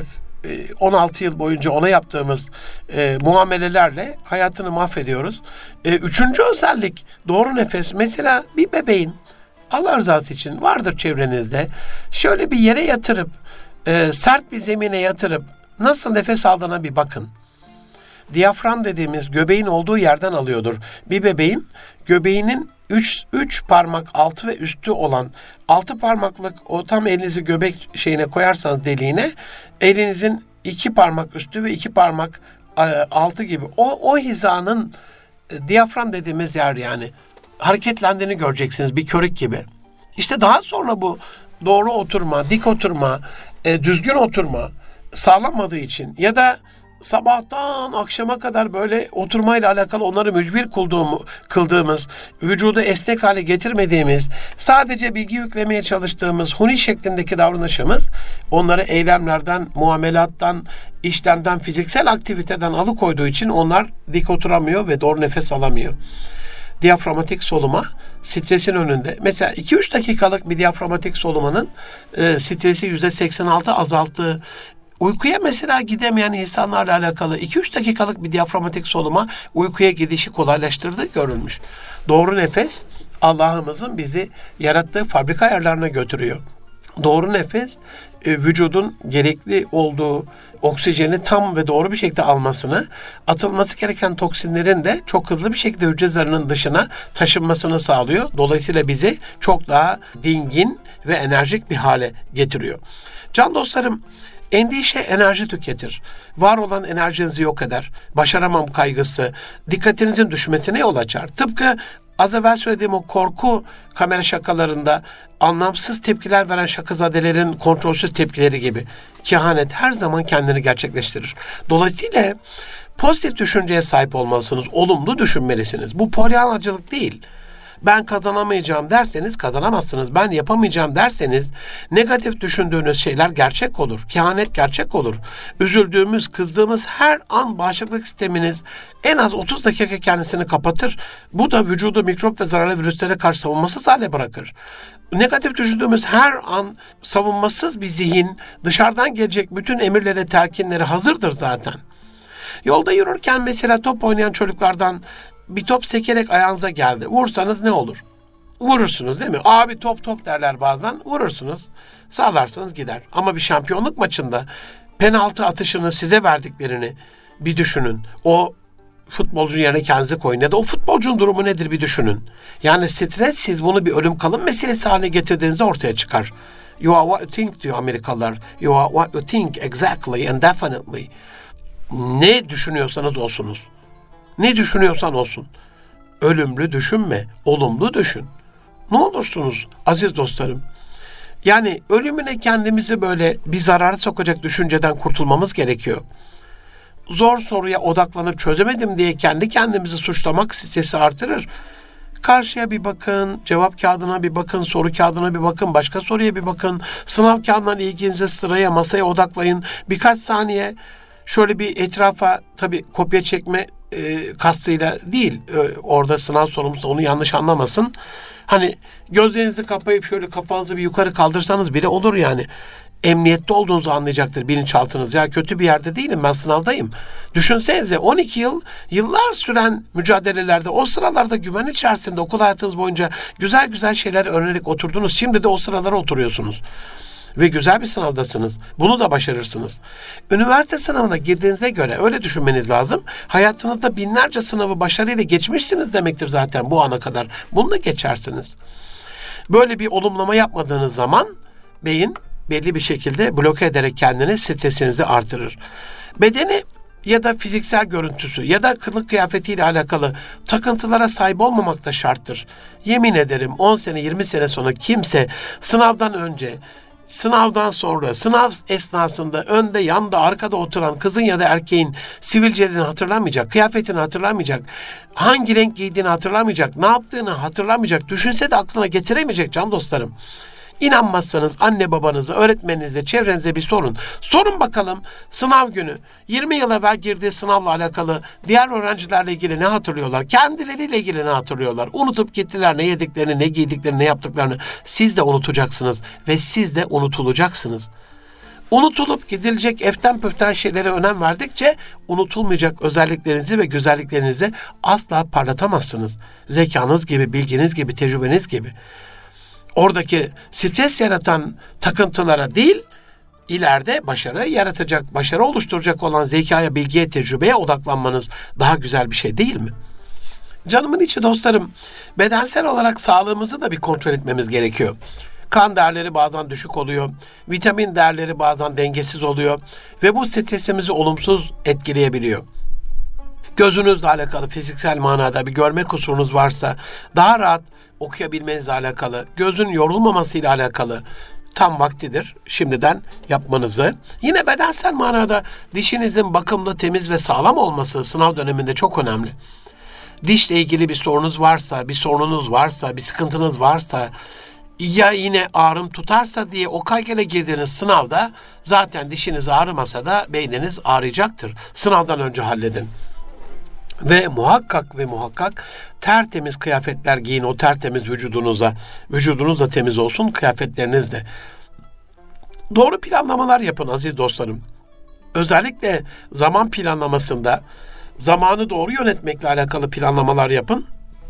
16 yıl boyunca ona yaptığımız muamelelerle hayatını mahvediyoruz. Üçüncü özellik doğru nefes. Mesela bir bebeğin Allah rızası için vardır çevrenizde şöyle bir yere yatırıp sert bir zemine yatırıp nasıl nefes aldığına bir bakın. Diyafram dediğimiz göbeğin olduğu yerden alıyordur. Bir bebeğin göbeğinin 3 parmak altı ve üstü olan 6 parmaklık o tam elinizi göbek şeyine koyarsanız deliğine elinizin 2 parmak üstü ve 2 parmak altı gibi o hizanın diyafram dediğimiz yer yani hareketlendiğini göreceksiniz bir körük gibi. İşte daha sonra bu doğru oturma, dik oturma, düzgün oturma sağlanmadığı için ya da sabahtan akşama kadar böyle oturmayla alakalı onları mücbir kıldığımız, vücudu esnek hale getirmediğimiz, sadece bilgi yüklemeye çalıştığımız huni şeklindeki davranışımız onları eylemlerden, muamelattan, işlemden, fiziksel aktiviteden alıkoyduğu için onlar dik oturamıyor ve doğru nefes alamıyor. Diyaframatik soluma stresin önünde. Mesela 2-3 dakikalık bir diyaframatik solumanın stresi %86 azalttığı, uykuya mesela gidemeyen insanlarla alakalı 2-3 dakikalık bir diyaframatik soluma uykuya gidişi kolaylaştırdığı görülmüş. Doğru nefes Allah'ımızın bizi yarattığı fabrika ayarlarına götürüyor. Doğru nefes vücudun gerekli olduğu oksijeni tam ve doğru bir şekilde almasını, atılması gereken toksinlerin de çok hızlı bir şekilde hücre zarının dışına taşınmasını sağlıyor. Dolayısıyla bizi çok daha dingin ve enerjik bir hale getiriyor. Can dostlarım, endişe enerji tüketir. Var olan enerjinizi yok eder. Başaramam kaygısı, dikkatinizin düşmesine yol açar. Tıpkı az evvel söylediğim o korku kamera şakalarında anlamsız tepkiler veren şakazadelerin kontrolsüz tepkileri gibi. Kehanet her zaman kendini gerçekleştirir. Dolayısıyla pozitif düşünceye sahip olmalısınız. Olumlu düşünmelisiniz. Bu polyanacılık değil. Ben kazanamayacağım derseniz kazanamazsınız. Ben yapamayacağım derseniz negatif düşündüğünüz şeyler gerçek olur. Kehanet gerçek olur. Üzüldüğümüz, kızdığımız her an bağışıklık sisteminiz en az 30 dakika kendisini kapatır. Bu da vücudu mikrop ve zararlı virüslere karşı savunmasız hale bırakır. Negatif düşündüğümüz her an savunmasız bir zihin dışarıdan gelecek bütün emirlere, telkinlere hazırdır zaten. Yolda yürürken mesela top oynayan çocuklardan bir top sekerek ayağınıza geldi. Vursanız ne olur? Vurursunuz değil mi? Abi top derler bazen. Vurursunuz. Sağlarsanız gider. Ama bir şampiyonluk maçında penaltı atışını size verdiklerini bir düşünün. O futbolcunun yerine kendinizi koyun. Ya da o futbolcunun durumu nedir bir düşünün. Yani stres siz bunu bir ölüm kalım meselesi haline getirdiğinizde ortaya çıkar. You are what you think diyor Amerikalılar. You are what you think exactly and definitely. Ne düşünüyorsanız olsunuz. Ne düşünüyorsan olsun. Ölümlü düşünme, olumlu düşün. Ne olursunuz aziz dostlarım. Yani ölümüne kendimizi böyle bir zarara sokacak düşünceden kurtulmamız gerekiyor. Zor soruya odaklanıp çözemedim diye kendi kendimizi suçlamak stresi artırır. Karşıya bir bakın, cevap kağıdına bir bakın, soru kağıdına bir bakın, başka soruya bir bakın. Sınav kağıdından ilginize sıraya, masaya odaklayın. Birkaç saniye şöyle bir etrafa, tabii kopya çekme kastıyla değil. Orada sınav sorumlusu onu yanlış anlamasın. Hani gözlerinizi kapayıp şöyle kafanızı bir yukarı kaldırsanız bile olur yani. Emniyette olduğunuzu anlayacaktır bilinçaltınız. Ya kötü bir yerde değilim, ben sınavdayım. Düşünsenize 12 yıllar süren mücadelelerde, o sıralarda güven içerisinde okul hayatınız boyunca güzel güzel şeyler öğrenerek oturdunuz. Şimdi de o sıralara oturuyorsunuz. Ve güzel bir sınavdasınız. Bunu da başarırsınız. Üniversite sınavına girdiğinize göre öyle düşünmeniz lazım. Hayatınızda binlerce sınavı başarıyla geçmişsiniz demektir zaten bu ana kadar. Bunu da geçersiniz. Böyle bir olumlama yapmadığınız zaman beyin belli bir şekilde bloke ederek kendini, stresinizi artırır. Bedeni ya da fiziksel görüntüsü ya da kılık kıyafetiyle alakalı takıntılara sahip olmamak da şarttır. Yemin ederim 10 sene 20 sene sonra kimse sınavdan önce, sınavdan sonra, sınav esnasında önde, yanda, arkada oturan kızın ya da erkeğin sivilcelerini hatırlamayacak, kıyafetini hatırlamayacak, hangi renk giydiğini hatırlamayacak, ne yaptığını hatırlamayacak, düşünse de aklına getiremeyecek can dostlarım. İnanmazsanız anne babanıza, öğretmeninize, çevrenize bir sorun. Sorun bakalım sınav günü 20 yıl evvel girdiği sınavla alakalı diğer öğrencilerle ilgili ne hatırlıyorlar? Kendileriyle ilgili ne hatırlıyorlar? Unutup gittiler ne yediklerini, ne giydiklerini, ne yaptıklarını. Siz de unutacaksınız ve siz de unutulacaksınız. Unutulup gidilecek eften püften şeylere önem verdikçe unutulmayacak özelliklerinizi ve güzelliklerinizi asla parlatamazsınız. Zekanız gibi, bilginiz gibi, tecrübeniz gibi. Oradaki stres yaratan takıntılara değil, ileride başarı yaratacak, başarı oluşturacak olan zekaya, bilgiye, tecrübeye odaklanmanız daha güzel bir şey değil mi? Canımın içi dostlarım, bedensel olarak sağlığımızı da bir kontrol etmemiz gerekiyor. Kan değerleri bazen düşük oluyor, vitamin değerleri bazen dengesiz oluyor ve bu stresimizi olumsuz etkileyebiliyor. Gözünüzle alakalı fiziksel manada bir görme kusurunuz varsa daha rahat okuyabilmenizle alakalı, gözün yorulmamasıyla alakalı tam vaktidir şimdiden yapmanızı. Yine bedensel manada dişinizin bakımlı, temiz ve sağlam olması sınav döneminde çok önemli. Dişle ilgili bir sorunuz varsa, bir sorununuz varsa, bir sıkıntınız varsa, ya yine ağrım tutarsa diye o kaygıyla girdiğiniz sınavda zaten dişiniz ağrımasa da beyniniz ağrıyacaktır. Sınavdan önce halledin. Ve muhakkak tertemiz kıyafetler giyin o tertemiz vücudunuza. Vücudunuz da temiz olsun, kıyafetleriniz de. Doğru planlamalar yapın aziz dostlarım. Özellikle zaman planlamasında zamanı doğru yönetmekle alakalı planlamalar yapın.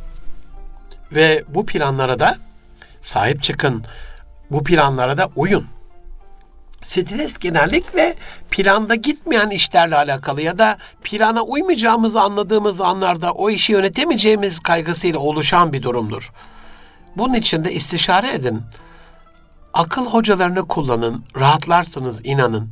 Ve bu planlara da sahip çıkın. Bu planlara da uyun. Stres genellikle planda gitmeyen işlerle alakalı ya da plana uymayacağımızı anladığımız anlarda o işi yönetemeyeceğimiz kaygısıyla oluşan bir durumdur. Bunun için de istişare edin. Akıl hocalarını kullanın, rahatlarsınız inanın.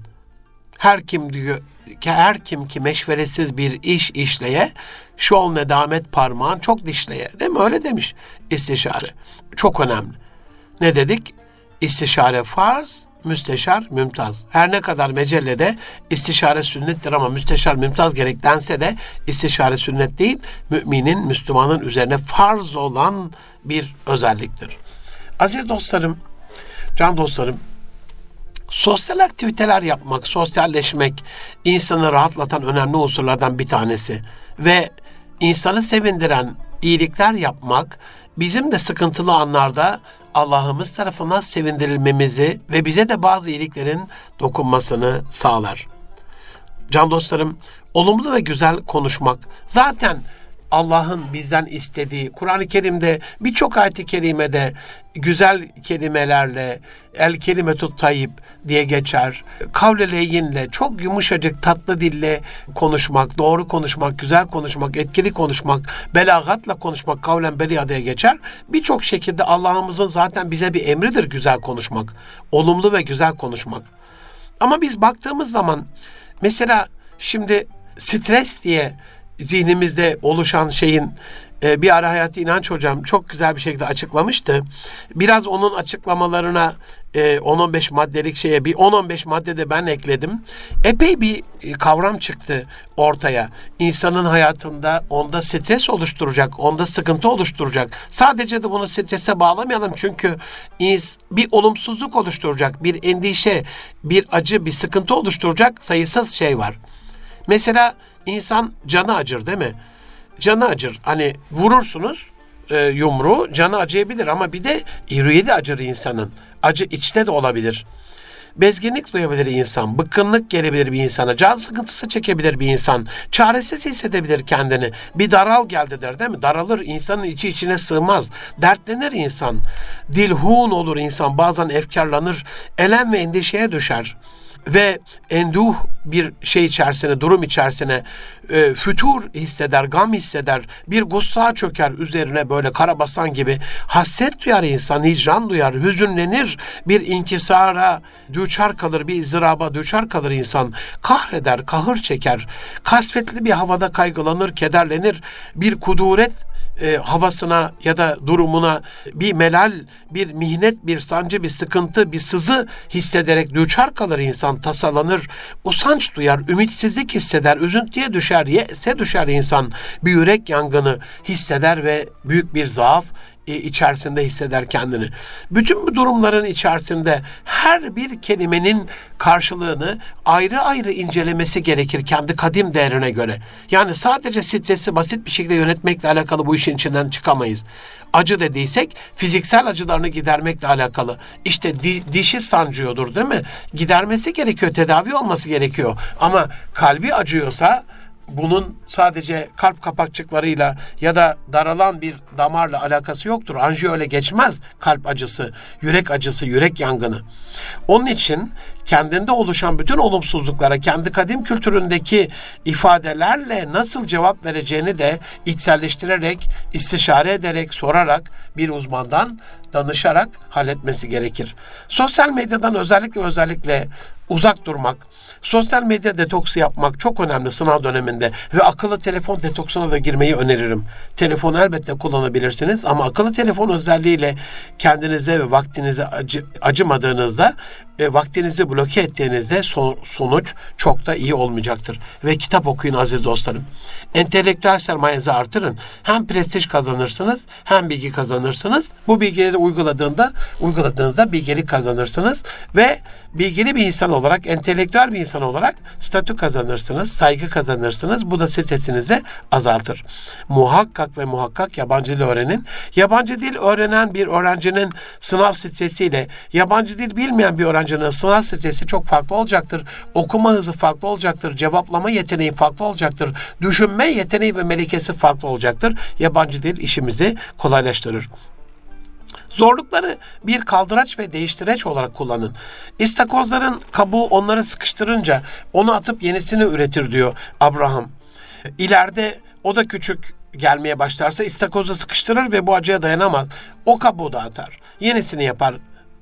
Her kim ki meşveretsiz bir iş işleye, şol nedamet parmağın çok dişleye. Değil mi? Öyle demiş istişare. Çok önemli. Ne dedik? İstişare farz, müsteşar mümtaz. Her ne kadar mecellede istişare sünnettir ama müsteşar mümtaz gereklense de istişare sünnet değil, müminin, Müslümanın üzerine farz olan bir özelliktir. Aziz dostlarım, can dostlarım, sosyal aktiviteler yapmak, sosyalleşmek insanı rahatlatan önemli unsurlardan bir tanesi ve insanı sevindiren iyilikler yapmak bizim de sıkıntılı anlarda Allah'ımız tarafından sevindirilmemizi ve bize de bazı iyiliklerin dokunmasını sağlar. Can dostlarım, olumlu ve güzel konuşmak zaten Allah'ın bizden istediği, Kur'an-ı Kerim'de birçok ayet-i kerimede güzel kelimelerle, el kelimetut tayyib diye geçer. Kavle leyyinle, çok yumuşacık tatlı dille konuşmak, doğru konuşmak, güzel konuşmak, etkili konuşmak, belagatla konuşmak, kavlen beliya diye geçer. Birçok şekilde Allah'ımızın zaten bize bir emridir güzel konuşmak, olumlu ve güzel konuşmak. Ama biz baktığımız zaman mesela şimdi stres diye zihnimizde oluşan şeyin bir ara Hayati İnanç hocam çok güzel bir şekilde açıklamıştı. Biraz onun açıklamalarına 10-15 maddelik şeye bir 10-15 madde de ben ekledim. Epey bir kavram çıktı ortaya. İnsanın hayatında onda stres oluşturacak, onda sıkıntı oluşturacak. Sadece de bunu strese bağlamayalım çünkü bir olumsuzluk oluşturacak, bir endişe, bir acı, bir sıkıntı oluşturacak sayısız şey var. Mesela insan canı acır değil mi? Canı acır. Hani vurursunuz yumruğu, canı acıyabilir ama bir de yüreği de acır insanın. Acı içte de olabilir. Bezginlik duyabilir insan, bıkkınlık gelebilir bir insana, can sıkıntısı çekebilir bir insan, çaresiz hissedebilir kendini. Bir daral geldi der değil mi? Daralır, insanın içi içine sığmaz. Dertlenir insan, dilhun olur insan, bazen efkarlanır, elem ve endişeye düşer. Ve enduh bir şey içerisine, durum içerisine fütur hisseder, gam hisseder, bir gussa çöker üzerine böyle karabasan gibi. Hasret duyar insan, hicran duyar, hüzünlenir, bir inkisara düçar kalır, bir ızdıraba düçar kalır insan. Kahreder, kahır çeker, kasvetli bir havada kaygılanır, kederlenir, bir kuduret havasına ya da durumuna bir melal, bir mihnet, bir sancı, bir sıkıntı, bir sızı hissederek düçar kalır insan, tasalanır, usanç duyar, ümitsizlik hisseder, üzüntüye düşer, yese düşer insan, bir yürek yangını hisseder ve büyük bir zaaf içerisinde hisseder kendini. Bütün bu durumların içerisinde her bir kelimenin karşılığını ayrı ayrı incelemesi gerekir kendi kadim değerine göre. Yani sadece stresi basit bir şekilde yönetmekle alakalı bu işin içinden çıkamayız. Acı dediysek fiziksel acılarını gidermekle alakalı. İşte dişi sancıyordur değil mi? Gidermesi gerekiyor, tedavi olması gerekiyor. Ama kalbi acıyorsa bunun sadece kalp kapakçıklarıyla ya da daralan bir damarla alakası yoktur. Anjiyo öyle geçmez. Kalp acısı, yürek acısı, yürek yangını. Onun için kendinde oluşan bütün olumsuzluklara kendi kadim kültüründeki ifadelerle nasıl cevap vereceğini de içselleştirerek, istişare ederek, sorarak bir uzmandan danışarak halletmesi gerekir. Sosyal medyadan özellikle uzak durmak, sosyal medya detoksu yapmak çok önemli sınav döneminde ve akıllı telefon detoksuna da girmeyi öneririm. Telefonu elbette kullanabilirsiniz ama akıllı telefon özelliğiyle kendinize ve vaktinize acımadığınızda vaktinizi bloke ettiğinizde sonuç çok da iyi olmayacaktır. Ve kitap okuyun aziz dostlarım. Entelektüel sermayenizi artırın. Hem prestij kazanırsınız hem bilgi kazanırsınız. Bu bilgileri uyguladığınızda bilgelik kazanırsınız ve bilgili bir insan olarak, entelektüel bir insan olarak statü kazanırsınız, saygı kazanırsınız. Bu da stresinizi azaltır. Muhakkak yabancı dil öğrenin. Yabancı dil öğrenen bir öğrencinin sınav stresiyle yabancı dil bilmeyen bir öğrencinin sınav stresi çok farklı olacaktır. Okuma hızı farklı olacaktır. Cevaplama yeteneği farklı olacaktır. Düşünme yeteneği ve melekesi farklı olacaktır. Yabancı dil işimizi kolaylaştırır. Zorlukları bir kaldıraç ve değiştireç olarak kullanın. İstakozların kabuğu onları sıkıştırınca onu atıp yenisini üretir diyor Abraham. İleride o da küçük gelmeye başlarsa istakozu sıkıştırır ve bu acıya dayanamaz. O kabuğu da atar. Yenisini yapar.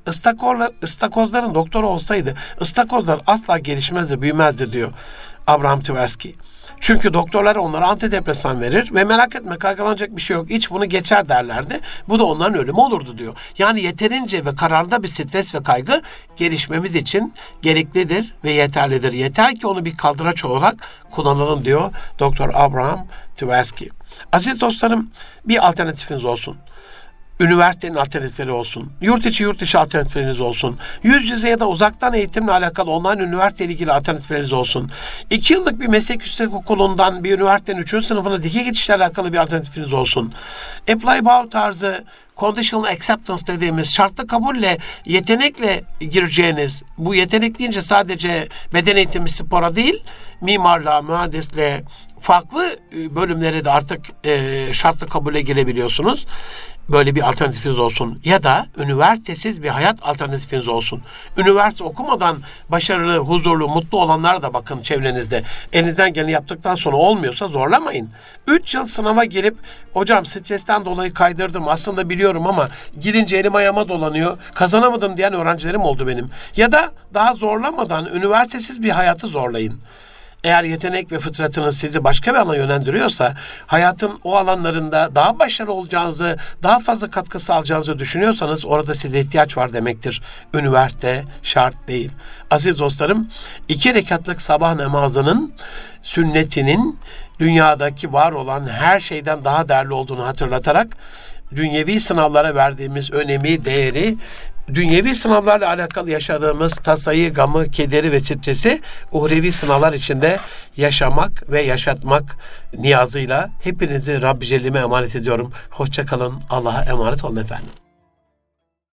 İstakozların doktoru olsaydı ıstakozlar asla gelişmezdi, büyümezdi diyor Abraham Tversky. Çünkü doktorlar onlara antidepresan verir ve merak etme kaygılanacak bir şey yok. İç bunu geçer derlerdi. Bu da onların ölümü olurdu diyor. Yani yeterince ve kararlı bir stres ve kaygı gelişmemiz için gereklidir ve yeterlidir. Yeter ki onu bir kaldıraç olarak kullanalım diyor Doktor Abraham Tversky. Aziz dostlarım bir alternatifiniz olsun. Üniversitenin alternatifleri olsun. Yurt içi yurt dışı alternatifleriniz olsun. Yüz yüze ya da uzaktan eğitimle alakalı online üniversite ile ilgili alternatifleriniz olsun. 2 yıllık bir meslek yüksekokulu'ndan bir üniversitenin 3. sınıfına dike geçişle alakalı bir alternatifiniz olsun. Apply Bow tarzı conditional acceptance dediğimiz şartlı kabulle, yetenekle gireceğiniz, bu yetenek deyince sadece beden eğitimi spora değil, mimarlığa, mühendisliğe, farklı bölümlere de artık şartlı kabule girebiliyorsunuz. Böyle bir alternatifiniz olsun. Ya da üniversitesiz bir hayat alternatifiniz olsun. Üniversite okumadan başarılı, huzurlu, mutlu olanlar da bakın çevrenizde. Elinizden geleni yaptıktan sonra olmuyorsa zorlamayın. 3 yıl sınava girip hocam stresten dolayı kaydırdım aslında biliyorum ama girince elim ayağıma dolanıyor, kazanamadım diyen öğrencilerim oldu benim. Ya da daha zorlamadan üniversitesiz bir hayatı zorlayın. eğer yetenek ve fıtratınız sizi başka bir alana yönlendiriyorsa, hayatın o alanlarında daha başarılı olacağınızı, daha fazla katkı sağlayacağınızı düşünüyorsanız orada size ihtiyaç var demektir. Üniversite şart değil. Aziz dostlarım, 2 rekatlık sabah namazının sünnetinin dünyadaki var olan her şeyden daha değerli olduğunu hatırlatarak dünyevi sınavlara verdiğimiz önemi, değeri, dünyevi sınavlarla alakalı yaşadığımız tasayı, gamı, kederi ve stresi uhrevi sınavlar içinde yaşamak ve yaşatmak niyazıyla hepinizi Rabbi Celle'ime emanet ediyorum. Hoşça kalın. Allah'a emanet olun efendim.